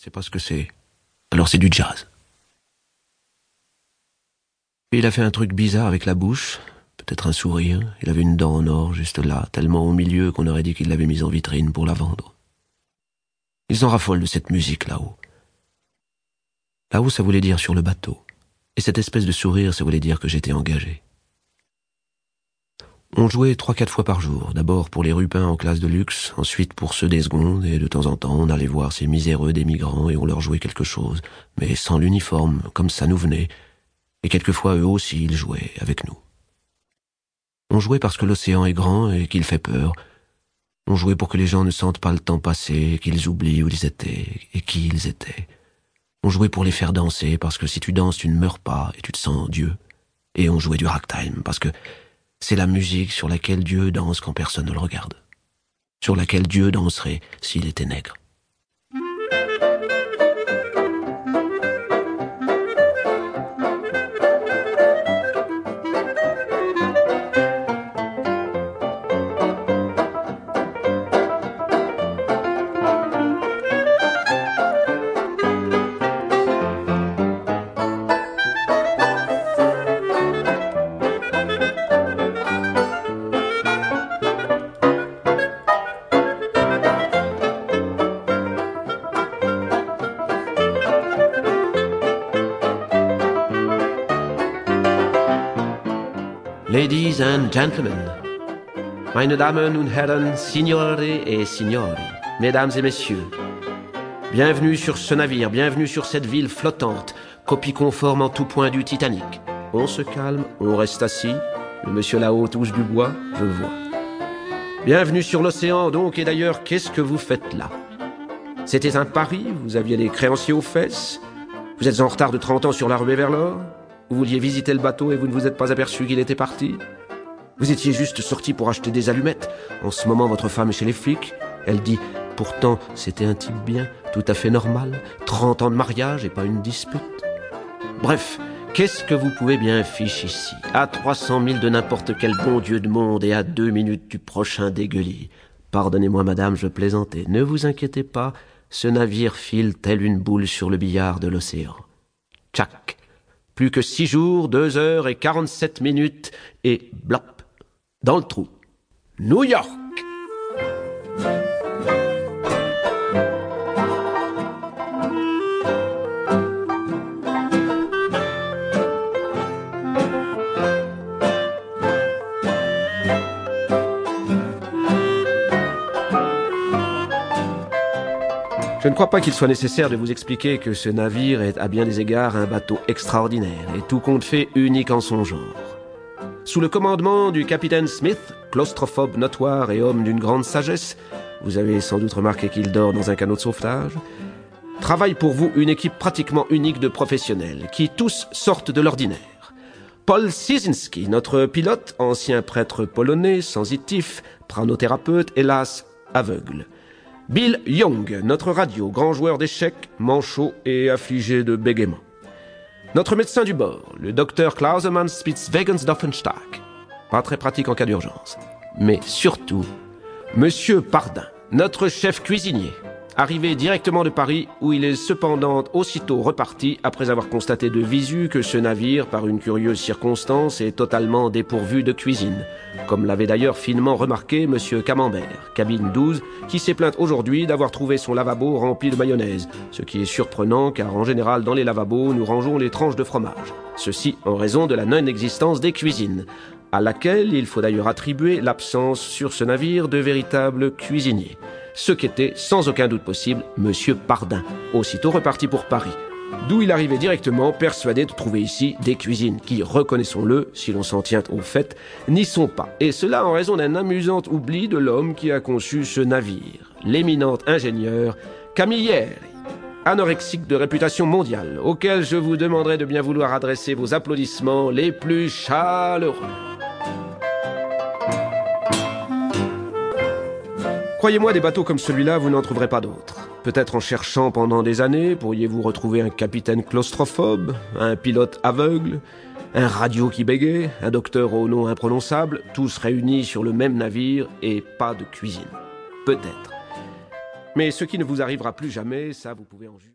sais pas ce que c'est. Alors c'est du jazz. Puis il a fait un truc bizarre avec la bouche, peut-être un sourire. Il avait une dent en or juste là, tellement au milieu qu'on aurait dit qu'il l'avait mise en vitrine pour la vendre. Ils en raffolent de cette musique là-haut. Là-haut, ça voulait dire sur le bateau. Et cette espèce de sourire, ça voulait dire que j'étais engagé. On jouait 3-4 fois par jour, d'abord pour les rupins en classe de luxe, ensuite pour ceux des secondes, et de temps en temps on allait voir ces miséreux des migrants et on leur jouait quelque chose, mais sans l'uniforme, comme ça nous venait, et quelquefois eux aussi ils jouaient avec nous. On jouait parce que l'océan est grand et qu'il fait peur. On jouait pour que les gens ne sentent pas le temps passer, qu'ils oublient où ils étaient et qui ils étaient. On jouait pour les faire danser, parce que si tu danses, tu ne meurs pas et tu te sens Dieu. Et on jouait du ragtime, parce que c'est la musique sur laquelle Dieu danse quand personne ne le regarde. Sur laquelle Dieu danserait s'il était nègre. Ladies and gentlemen, meine Damen und Herren, signore et signori, mesdames et messieurs, bienvenue sur ce navire, bienvenue sur cette ville flottante, copie conforme en tout point du Titanic. On se calme, on reste assis, le monsieur là-haut touche du bois, je vois. Bienvenue sur l'océan donc, et d'ailleurs, qu'est-ce que vous faites là? C'était un pari, vous aviez des créanciers aux fesses, vous êtes en retard de 30 ans sur la ruée vers l'or? Vous vouliez visiter le bateau et vous ne vous êtes pas aperçu qu'il était parti? Vous étiez juste sorti pour acheter des allumettes. En ce moment, votre femme est chez les flics. Elle dit, pourtant, c'était un type bien, tout à fait normal. 30 ans de mariage et pas une dispute. Bref, qu'est-ce que vous pouvez bien fiche ici? À 300 000 de n'importe quel bon Dieu de monde et à 2 minutes du prochain dégueulis. Pardonnez-moi, madame, je plaisantais. Ne vous inquiétez pas, ce navire file tel une boule sur le billard de l'océan. Tchac! Plus que 6 jours, 2 heures et 47 minutes, et blop, dans le trou. New York! Je ne crois pas qu'il soit nécessaire de vous expliquer que ce navire est à bien des égards un bateau extraordinaire et tout compte fait unique en son genre. Sous le commandement du capitaine Smith, claustrophobe notoire et homme d'une grande sagesse, vous avez sans doute remarqué qu'il dort dans un canot de sauvetage, travaille pour vous une équipe pratiquement unique de professionnels qui tous sortent de l'ordinaire. Paul Szysinski, notre pilote, ancien prêtre polonais, sensitif, pranothérapeute, hélas aveugle. Bill Young, notre radio, grand joueur d'échecs, manchot et affligé de bégaiement. Notre médecin du bord, le docteur Klausemann Spitzwegens-Doffenstag, pas très pratique en cas d'urgence. Mais surtout, Monsieur Pardin, notre chef cuisinier, arrivé directement de Paris, où il est cependant aussitôt reparti après avoir constaté de visu que ce navire, par une curieuse circonstance, est totalement dépourvu de cuisine, comme l'avait d'ailleurs finement remarqué Monsieur Camembert, cabine 12, qui s'est plaint aujourd'hui d'avoir trouvé son lavabo rempli de mayonnaise, ce qui est surprenant car en général dans les lavabos nous rangeons les tranches de fromage, ceci en raison de la non-existence des cuisines, à laquelle il faut d'ailleurs attribuer l'absence sur ce navire de véritables cuisiniers. Ce qu'était, sans aucun doute possible, Monsieur Pardin, aussitôt reparti pour Paris, d'où il arrivait directement persuadé de trouver ici des cuisines qui, reconnaissons-le, si l'on s'en tient au fait, n'y sont pas. Et cela en raison d'un amusant oubli de l'homme qui a conçu ce navire, l'éminent ingénieur Camilleri, anorexique de réputation mondiale, auquel je vous demanderai de bien vouloir adresser vos applaudissements les plus chaleureux. Croyez-moi, des bateaux comme celui-là, vous n'en trouverez pas d'autres. Peut-être en cherchant pendant des années, pourriez-vous retrouver un capitaine claustrophobe, un pilote aveugle, un radio qui bégait, un docteur au nom imprononçable, tous réunis sur le même navire et pas de cuisine. Peut-être. Mais ce qui ne vous arrivera plus jamais, ça vous pouvez en juger.